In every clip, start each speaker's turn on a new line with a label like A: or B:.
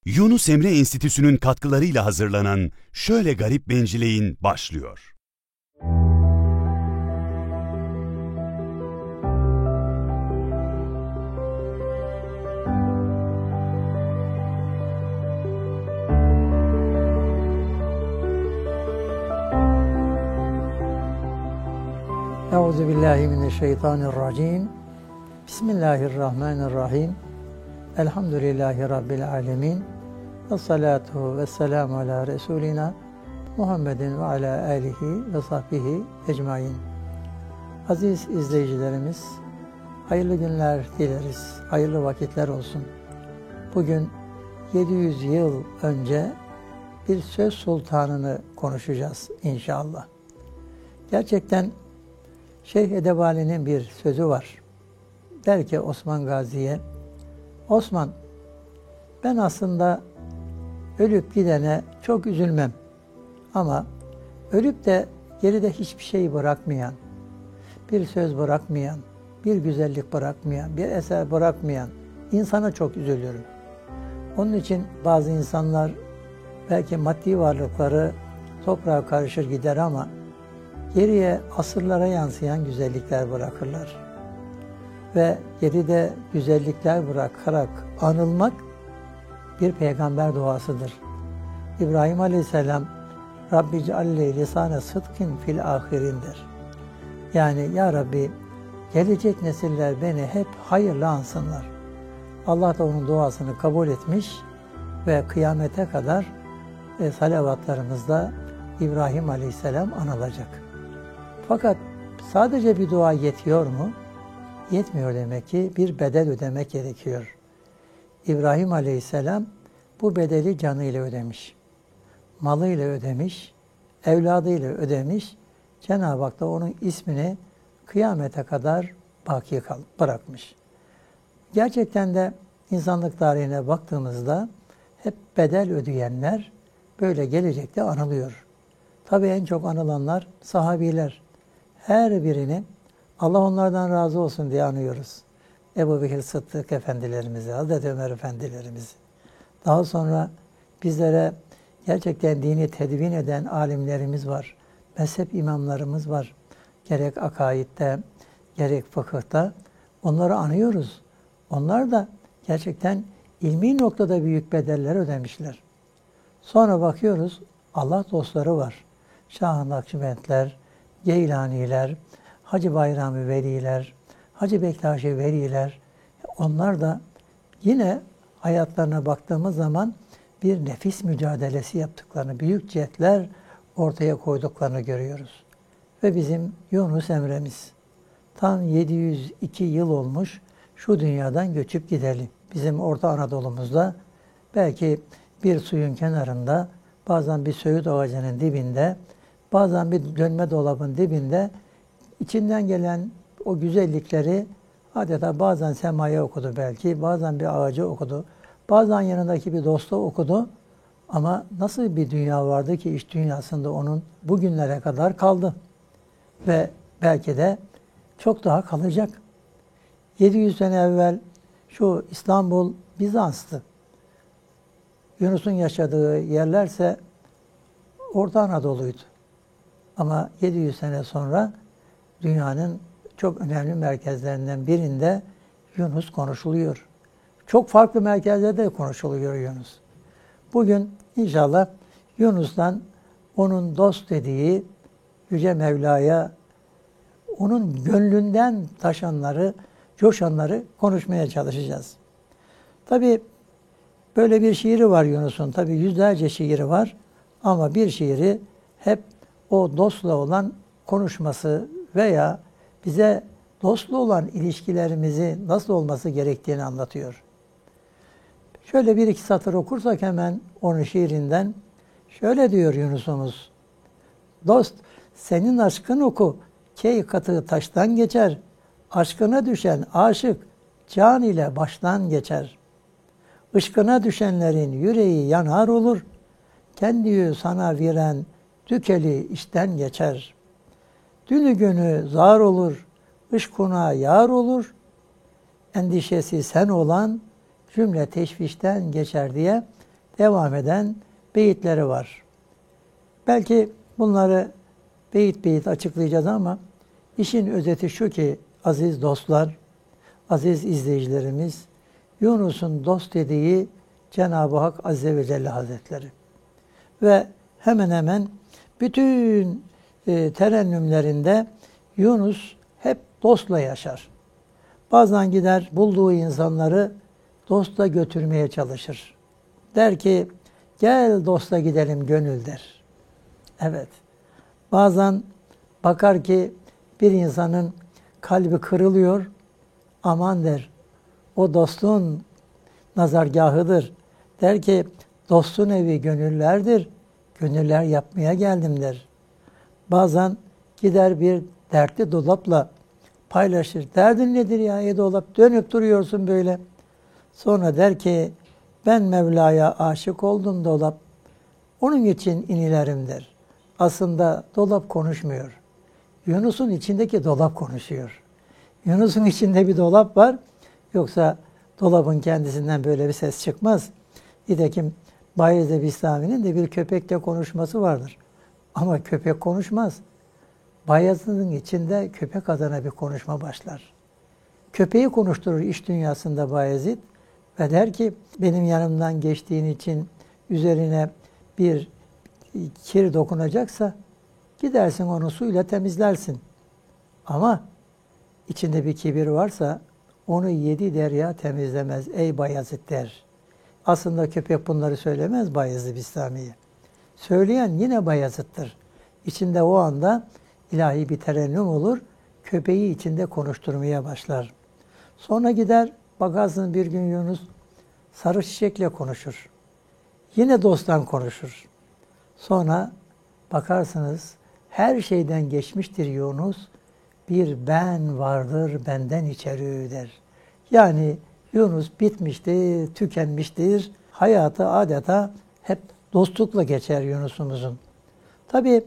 A: Yunus Emre Enstitüsü'nün katkılarıyla hazırlanan Şöyle Garip Bencileyin başlıyor.
B: Euzubillahimineşşeytanirracim. Bismillahirrahmanirrahim. Elhamdülillahi Rabbil alemin. Vessalatu vesselamu ala Resulina Muhammedin ve ala alihi ve sahbihi ecmain. Aziz izleyicilerimiz, hayırlı günler dileriz. Hayırlı vakitler olsun. Bugün 700 yıl önce bir söz sultanını konuşacağız inşallah. Gerçekten Şeyh Edebali'nin bir sözü var. Der ki Osman Gazi'ye, Osman, ben aslında ölüp gidene çok üzülmem. Ama ölüp de geride hiçbir şey bırakmayan, bir söz bırakmayan, bir güzellik bırakmayan, bir eser bırakmayan insana çok üzülüyorum. Onun için bazı insanlar belki maddi varlıkları toprağa karışır gider ama geriye asırlara yansıyan güzellikler bırakırlar. Ve geride güzellikler bırakarak anılmak bir peygamber duasıdır. İbrahim Aleyhisselam Rabbi cealli lisane sıdkın fil ahirindir. Yani ya Rabbi gelecek nesiller beni hep hayırla ansınlar. Allah da onun duasını kabul etmiş ve kıyamete kadar salavatlarımızda İbrahim Aleyhisselam anılacak. Fakat sadece bir dua yetiyor mu? Yetmiyor demek ki, bir bedel ödemek gerekiyor. İbrahim Aleyhisselam bu bedeli canıyla ödemiş, malıyla ödemiş, evladıyla ödemiş. Cenab-ı Hak da onun ismini kıyamete kadar baki bırakmış. Gerçekten de insanlık tarihine baktığımızda hep bedel ödeyenler böyle gelecekte anılıyor. Tabii en çok anılanlar sahabiler. Her birini Allah onlardan razı olsun diye anıyoruz. Ebu Bekir Sıddık efendilerimizi, Hazreti Ömer efendilerimizi. Daha sonra bizlere gerçekten dini tedvin eden alimlerimiz var. Mezhep imamlarımız var. Gerek akaidde, gerek fıkıhta onları anıyoruz. Onlar da gerçekten ilmi noktada büyük bedeller ödemişler. Sonra bakıyoruz Allah dostları var. Şah-ı Nakşibendler, Geylaniler, Hacı Bayrami Veliler, Hacı Bektaşi Veliler, onlar da yine hayatlarına baktığımız zaman bir nefis mücadelesi yaptıklarını, büyük cihetler ortaya koyduklarını görüyoruz. Ve bizim Yunus Emre'miz tam 702 yıl olmuş şu dünyadan göçüp gidelim. Bizim Orta Anadolu'muzda belki bir suyun kenarında, bazen bir söğüt ağacının dibinde, bazen bir dönme dolabın dibinde içinden gelen o güzellikleri adeta bazen semaya okudu belki, bazen bir ağacı okudu, bazen yanındaki bir dostu okudu. Ama nasıl bir dünya vardı ki iç dünyasında onun bugünlere kadar kaldı. Ve belki de çok daha kalacak. 700 sene evvel şu İstanbul Bizans'tı. Yunus'un yaşadığı yerlerse Orta Anadolu'ydu. Ama 700 sene sonra dünyanın çok önemli merkezlerinden birinde Yunus konuşuluyor. Çok farklı merkezlerde konuşuluyor Yunus. Bugün inşallah Yunus'tan onun dost dediği Yüce Mevla'ya, onun gönlünden taşanları, coşanları konuşmaya çalışacağız. Tabii böyle bir şiiri var Yunus'un. Tabii yüzlerce şiiri var ama bir şiiri hep o dostla olan konuşması veya bize dostla olan ilişkilerimizi nasıl olması gerektiğini anlatıyor. Şöyle bir iki satır okursak hemen onun şiirinden şöyle diyor Yunus'umuz. Dost senin aşkın oku, key katı taştan geçer. Aşkına düşen aşık can ile baştan geçer. Işkına düşenlerin yüreği yanar olur. Kendiyi sana veren tükeli işten geçer. Dünü günü zar olur, ışkuna yar olur. Endişesi sen olan cümle teşvişten geçer diye devam eden beyitleri var. Belki bunları beyit beyit açıklayacağız ama işin özeti şu ki aziz dostlar, aziz izleyicilerimiz, Yunus'un dost dediği Cenab-ı Hak Azze ve Celle Hazretleri. Ve hemen hemen bütün terennümlerinde Yunus hep dostla yaşar. Bazen gider bulduğu insanları dosta götürmeye çalışır. Der ki gel dosta gidelim gönül der. Evet. Bazen bakar ki bir insanın kalbi kırılıyor. Aman der. O dostun nazargahıdır. Der ki dostun evi gönüllerdir. Gönüller yapmaya geldim der. Bazen gider bir dertli dolapla paylaşır. Derdin nedir ya ey dolap? Dönüp duruyorsun böyle. Sonra der ki ben Mevla'ya aşık oldum dolap. Onun için inilerim der. Aslında dolap konuşmuyor. Yunus'un içindeki dolap konuşuyor. Yunus'un içinde bir dolap var. Yoksa dolabın kendisinden böyle bir ses çıkmaz. Nitekim Bayezid Bistami'nin de bir köpekle konuşması vardır. Ama köpek konuşmaz. Bayezid'in içinde köpek adına bir konuşma başlar. Köpeği konuşturur iş dünyasında Bayezid ve der ki benim yanımdan geçtiğin için üzerine bir kir dokunacaksa gidersin onu suyla temizlersin. Ama içinde bir kibir varsa onu 7 derya temizlemez ey Bayezid der. Aslında köpek bunları söylemez Bayezid Bistami'ye. Söyleyen yine Bayezid'dir. İçinde o anda ilahi bir terennüm olur. Köpeği içinde konuşturmaya başlar. Sonra gider bakarsın bir gün Yunus sarı çiçekle konuşur. Yine dosttan konuşur. Sonra bakarsınız her şeyden geçmiştir Yunus. Bir ben vardır benden içeri der. Yani Yunus bitmiştir, tükenmiştir. Hayatı adeta hep dostlukla geçer Yunus'umuzun. Tabii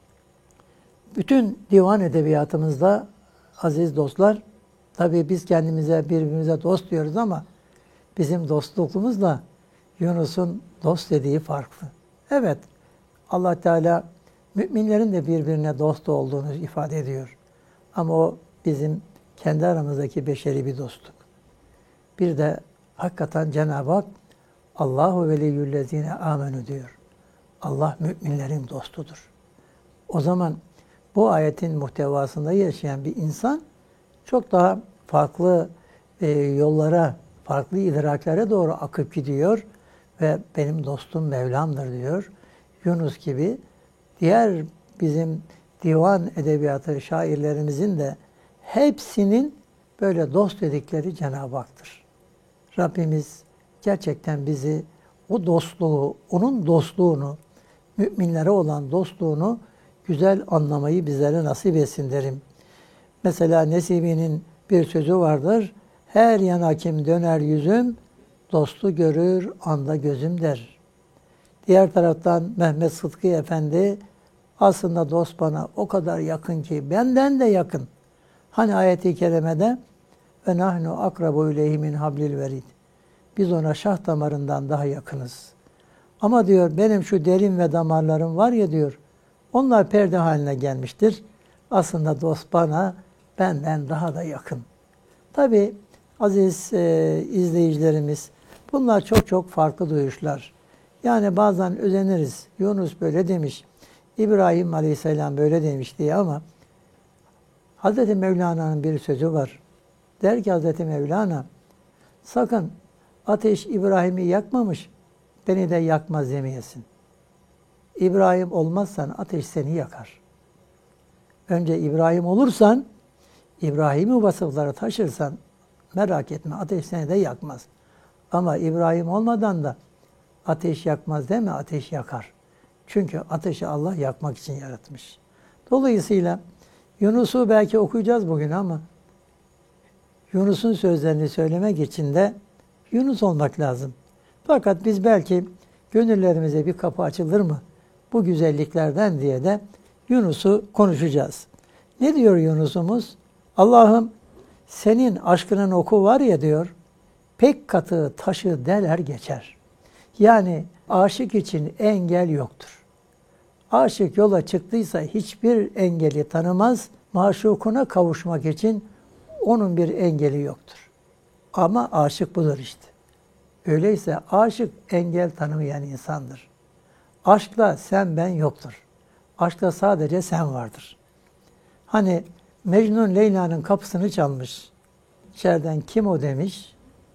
B: bütün divan edebiyatımızda aziz dostlar, tabii biz kendimize birbirimize dost diyoruz ama bizim dostluğumuzla Yunus'un dost dediği farklı. Evet, Allah Teala müminlerin de birbirine dost olduğunu ifade ediyor. Ama o bizim kendi aramızdaki beşeri bir dostluk. Bir de hakikaten Cenab-ı Hak Allahu veliyyüllezine amenü diyor. Allah müminlerin dostudur. O zaman bu ayetin muhtevasında yaşayan bir insan çok daha farklı yollara, farklı idraklere doğru akıp gidiyor ve benim dostum Mevlam'dır diyor. Yunus gibi diğer bizim divan edebiyatı şairlerimizin de hepsinin böyle dost dedikleri Cenab-ı Hak'tır. Rabbimiz gerçekten bizi o dostluğu, onun dostluğunu, müminlere olan dostluğunu güzel anlamayı bizlere nasip etsin derim. Mesela Nesibi'nin bir sözü vardır. Her yana kim döner yüzüm, dostu görür anda gözüm der. Diğer taraftan Mehmet Sıtkı Efendi, aslında dost bana o kadar yakın ki benden de yakın. Hani ayet-i kerimede ve nahnu akrabu ileyhi min hablil verid. Biz ona şah damarından daha yakınız. Ama diyor benim şu derin ve damarlarım var ya diyor, onlar perde haline gelmiştir. Aslında dost bana benden daha da yakın. Tabii aziz izleyicilerimiz, bunlar çok çok farklı duyuşlar. Yani bazen özeniriz. Yunus böyle demiş, İbrahim Aleyhisselam böyle demiş diye ama Hz. Mevlana'nın bir sözü var. Der ki Hz. Mevlana, sakın ateş İbrahim'i yakmamış, beni de yakmaz demeyesin. İbrahim olmazsan ateş seni yakar. Önce İbrahim olursan, İbrahim'i vasıfları taşırsan merak etme ateş seni de yakmaz. Ama İbrahim olmadan da ateş yakmaz deme, ateş yakar. Çünkü ateşi Allah yakmak için yaratmış. Dolayısıyla Yunus'u belki okuyacağız bugün ama Yunus'un sözlerini söylemek için de Yunus olmak lazım. Fakat biz belki gönüllerimize bir kapı açılır mı bu güzelliklerden diye de Yunus'u konuşacağız. Ne diyor Yunus'umuz? Allah'ım senin aşkının oku var ya diyor, pek katı taşı deler geçer. Yani aşık için engel yoktur. Aşık yola çıktıysa hiçbir engeli tanımaz. Maşukuna kavuşmak için onun bir engeli yoktur. Ama aşık budur işte. Öyleyse aşık engel tanımayan insandır. Aşkla sen ben yoktur. Aşkta sadece sen vardır. Hani Mecnun Leyla'nın kapısını çalmış. İçeriden kim o demiş.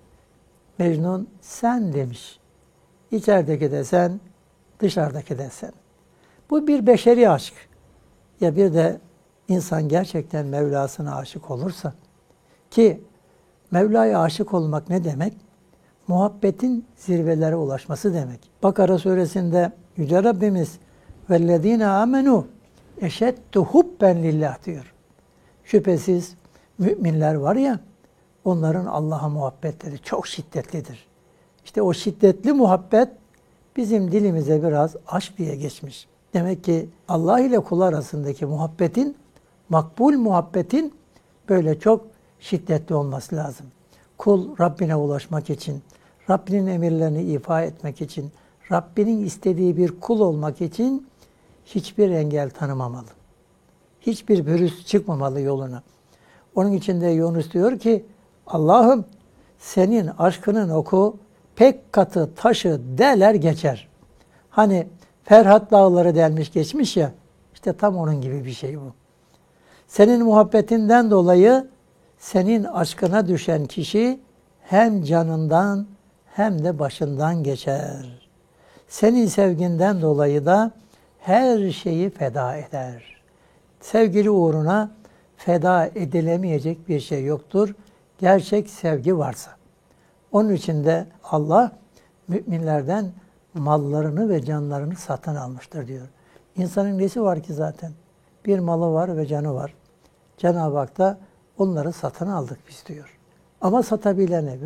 B: Mecnun sen demiş. İçerideki de sen, dışarıdaki de sen. Bu bir beşeri aşk. Ya bir de insan gerçekten Mevlasına aşık olursa, ki Mevla'ya aşık olmak ne demek? Muhabbetin zirvelere ulaşması demek. Bakara suresinde Yüce Rabbimiz وَالَّذ۪ينَ آمَنُوا اَشَدُّ حُبَّنْ لِلّٰهِ diyor. Şüphesiz müminler var ya, onların Allah'a muhabbetleri çok şiddetlidir. İşte o şiddetli muhabbet bizim dilimize biraz aşk diye geçmiş. Demek ki Allah ile kul arasındaki muhabbetin, makbul muhabbetin böyle çok şiddetli olması lazım. Kul Rabbine ulaşmak için, Rabbinin emirlerini ifa etmek için, Rabbinin istediği bir kul olmak için hiçbir engel tanımamalı. Hiçbir pürüz çıkmamalı yoluna. Onun için de Yunus diyor ki, Allah'ım senin aşkının oku pek katı taşı deler geçer. Hani Ferhat dağları delmiş geçmiş ya, işte tam onun gibi bir şey bu. Senin muhabbetinden dolayı senin aşkına düşen kişi hem canından hem de başından geçer. Senin sevginden dolayı da her şeyi feda eder. Sevgili uğruna feda edilemeyecek bir şey yoktur. Gerçek sevgi varsa. Onun için de Allah müminlerden mallarını ve canlarını satın almıştır diyor. İnsanın nesi var ki zaten? Bir malı var ve canı var. Cenab-ı Hak da onları satın aldık biz diyor. Ama satabileni,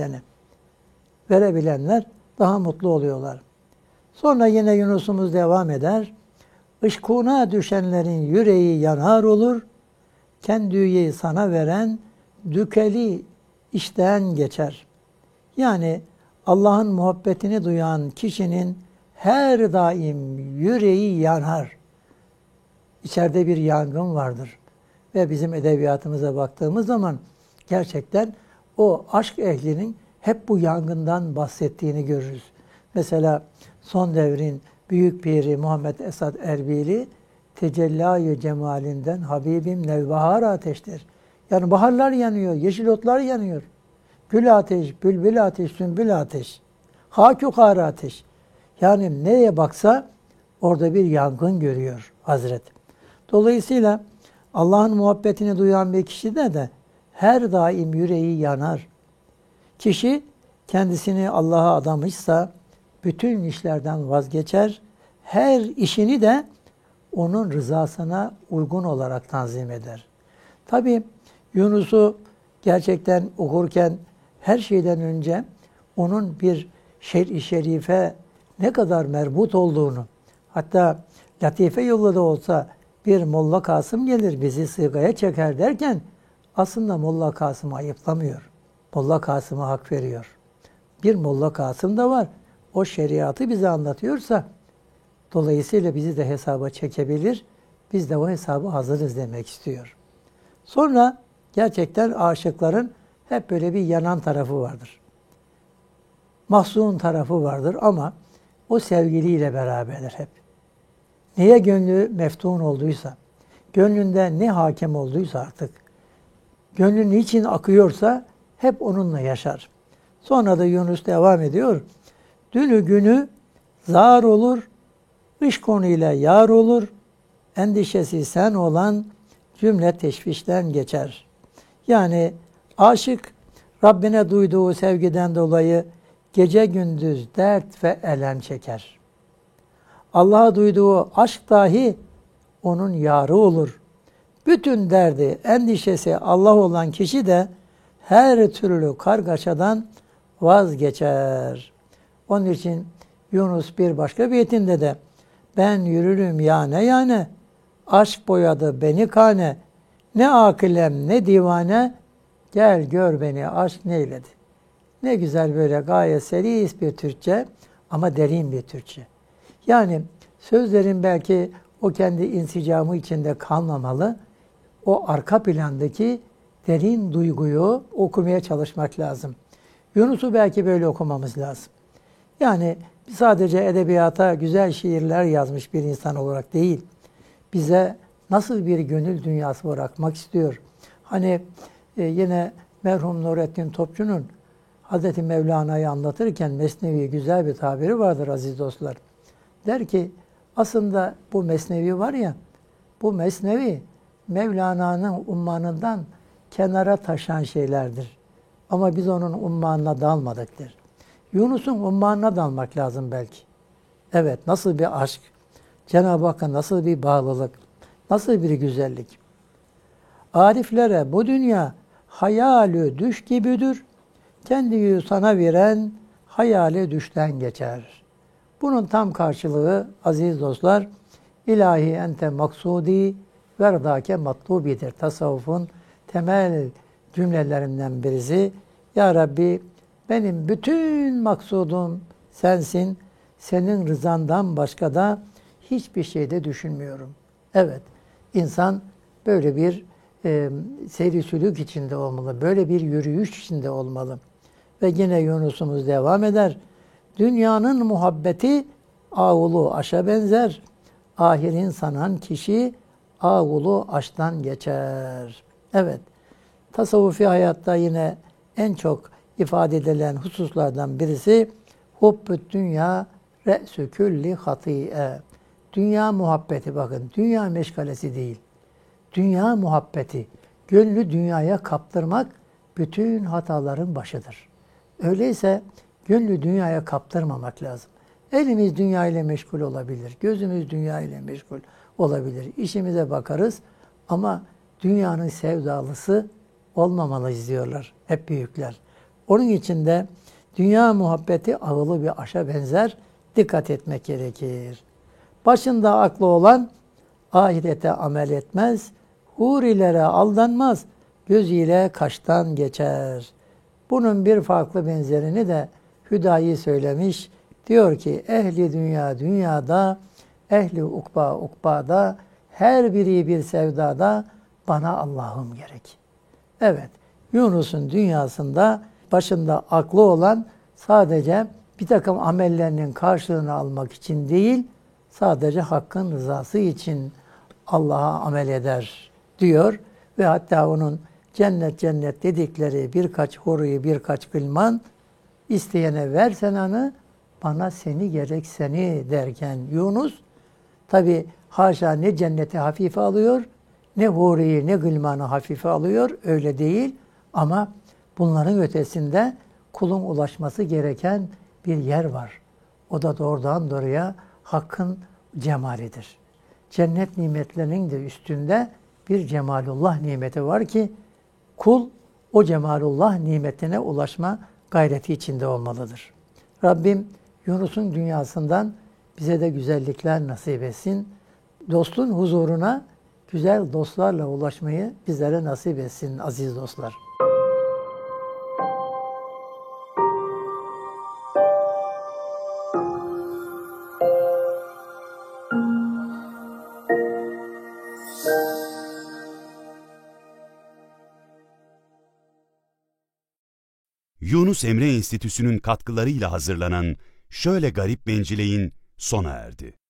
B: verebilenler daha mutlu oluyorlar. Sonra yine Yunus'umuz devam eder. Işkuna düşenlerin yüreği yanar olur. Kendüyü sana veren dükeli işten geçer. Yani Allah'ın muhabbetini duyan kişinin her daim yüreği yanar. İçeride bir yangın vardır. Ve bizim edebiyatımıza baktığımız zaman gerçekten o aşk ehlinin hep bu yangından bahsettiğini görürüz. Mesela son devrin büyük piri Muhammed Esad Erbili, tecellayı cemalinden Habibim nevbahar ateştir. Yani baharlar yanıyor, yeşil otlar yanıyor. Gül ateş, bülbül ateş, sümbül ateş. Hakukar ateş. Yani nereye baksa orada bir yangın görüyor Hazret. Dolayısıyla Allah'ın muhabbetini duyan bir kişide de her daim yüreği yanar. Kişi kendisini Allah'a adamışsa bütün işlerden vazgeçer. Her işini de onun rızasına uygun olarak tanzim eder. Tabi Yunus'u gerçekten okurken her şeyden önce onun bir şer-i şerife ne kadar merbut olduğunu, hatta latife yolu da olsa bir Molla Kasım gelir bizi sığgaya çeker derken aslında Molla Kasım'ı ayıplamıyor. Molla Kasım'a hak veriyor. Bir Molla Kasım da var. O şeriatı bize anlatıyorsa dolayısıyla bizi de hesaba çekebilir. Biz de o hesabı hazırız demek istiyor. Sonra gerçekten aşıkların hep böyle bir yanan tarafı vardır. Mahzun tarafı vardır ama o sevgiliyle beraberdir hep. Neye gönlü meftun olduysa, gönlünde ne hakem olduysa artık, gönlü niçin akıyorsa hep onunla yaşar. Sonra da Yunus devam ediyor. Dünü günü zar olur, iş konuyla yar olur, endişesi sen olan cümle teşvişten geçer. Yani aşık Rabbine duyduğu sevgiden dolayı gece gündüz dert ve elem çeker. Allah'a duyduğu aşk dahi onun yarı olur. Bütün derdi, endişesi Allah olan kişi de her türlü kargaşadan vazgeçer. Onun için Yunus bir başka beytinde de ben yürürüm yane, aşk boyadı beni kane, ne akilem ne divane, gel gör beni aşk neyledi. Ne güzel böyle gayet selis bir Türkçe. ama derin bir Türkçe. Yani sözlerin belki o kendi insicamı içinde kalmamalı. O arka plandaki derin duyguyu okumaya çalışmak lazım. Yunus'u belki böyle okumamız lazım. Yani sadece edebiyata güzel şiirler yazmış bir insan olarak değil, bize nasıl bir gönül dünyası bırakmak istiyor. Hani yine merhum Nurettin Topçu'nun Hazreti Mevlana'yı anlatırken Mesnevi güzel bir tabiri vardır aziz dostlar. Der ki aslında bu Mesnevi var ya, bu Mesnevi Mevlana'nın ummanından kenara taşan şeylerdir. Ama biz onun ummanına dalmadık der. Yunus'un ummanına dalmak lazım belki. Evet, nasıl bir aşk, Cenab-ı Hakk'a nasıl bir bağlılık, nasıl bir güzellik. Ariflere bu dünya hayalü düş gibidir. Kendiyi sana veren hayali düşten geçer. Bunun tam karşılığı aziz dostlar, ilahi ente maksudi verdake matlubidir. Tasavvufun temel cümlelerinden birisi. Ya Rabbi benim bütün maksudum sensin. Senin rızandan başka da hiçbir şeyde düşünmüyorum. Evet, insan böyle bir seyri sülük içinde olmalı. Böyle bir yürüyüş içinde olmalı. Ve yine Yunus'umuz devam eder. Dünyanın muhabbeti ağulu aşa benzer. Ahirin sanan kişi ağulu aştan geçer. Evet, tasavvufi hayatta yine en çok ifade edilen hususlardan birisi hubbü't dünya re'sü külli hati'e. Dünya muhabbeti, bakın, dünya meşgalesi değil. Dünya muhabbeti, gönlü dünyaya kaptırmak bütün hataların başıdır. Öyleyse gönlü dünyaya kaptırmamak lazım. Elimiz dünya ile meşgul olabilir, gözümüz dünya ile meşgul olabilir. İşimize bakarız ama dünyanın sevdalısı olmamalıyız diyorlar hep büyükler. Onun için de dünya muhabbeti ağılı bir aşa benzer, dikkat etmek gerekir. Başında aklı olan ahirete amel etmez, hurilere aldanmaz, gözüyle kaştan geçer. Bunun bir farklı benzerini de Hüdayi söylemiş. Diyor ki ehli dünya dünyada, ehli ukba ukbada, her biri bir sevdada, bana Allah'ım gerek. Evet, Yunus'un dünyasında başında aklı olan sadece bir takım amellerinin karşılığını almak için değil, sadece Hakk'ın rızası için Allah'a amel eder diyor. Ve hatta onun cennet cennet dedikleri birkaç horuyu, birkaç gılman, isteyene versen anı, bana seni gerek seni derken Yunus, tabi haşa ne cenneti hafife alıyor, ne huriyi ne gılmanı hafife alıyor, öyle değil. Ama bunların ötesinde kulun ulaşması gereken bir yer var. O da doğrudan doğruya Hakk'ın cemalidir. Cennet nimetlerinin de üstünde bir cemalullah nimeti var ki kul o cemalullah nimetine ulaşma gayreti içinde olmalıdır. Rabbim Yunus'un dünyasından bize de güzellikler nasip etsin. Dostun huzuruna güzel dostlarla ulaşmayı bizlere nasip etsin aziz dostlar.
A: Yunus Emre Enstitüsü'nün katkılarıyla hazırlanan Şöyle Garip Bencileyin sona erdi.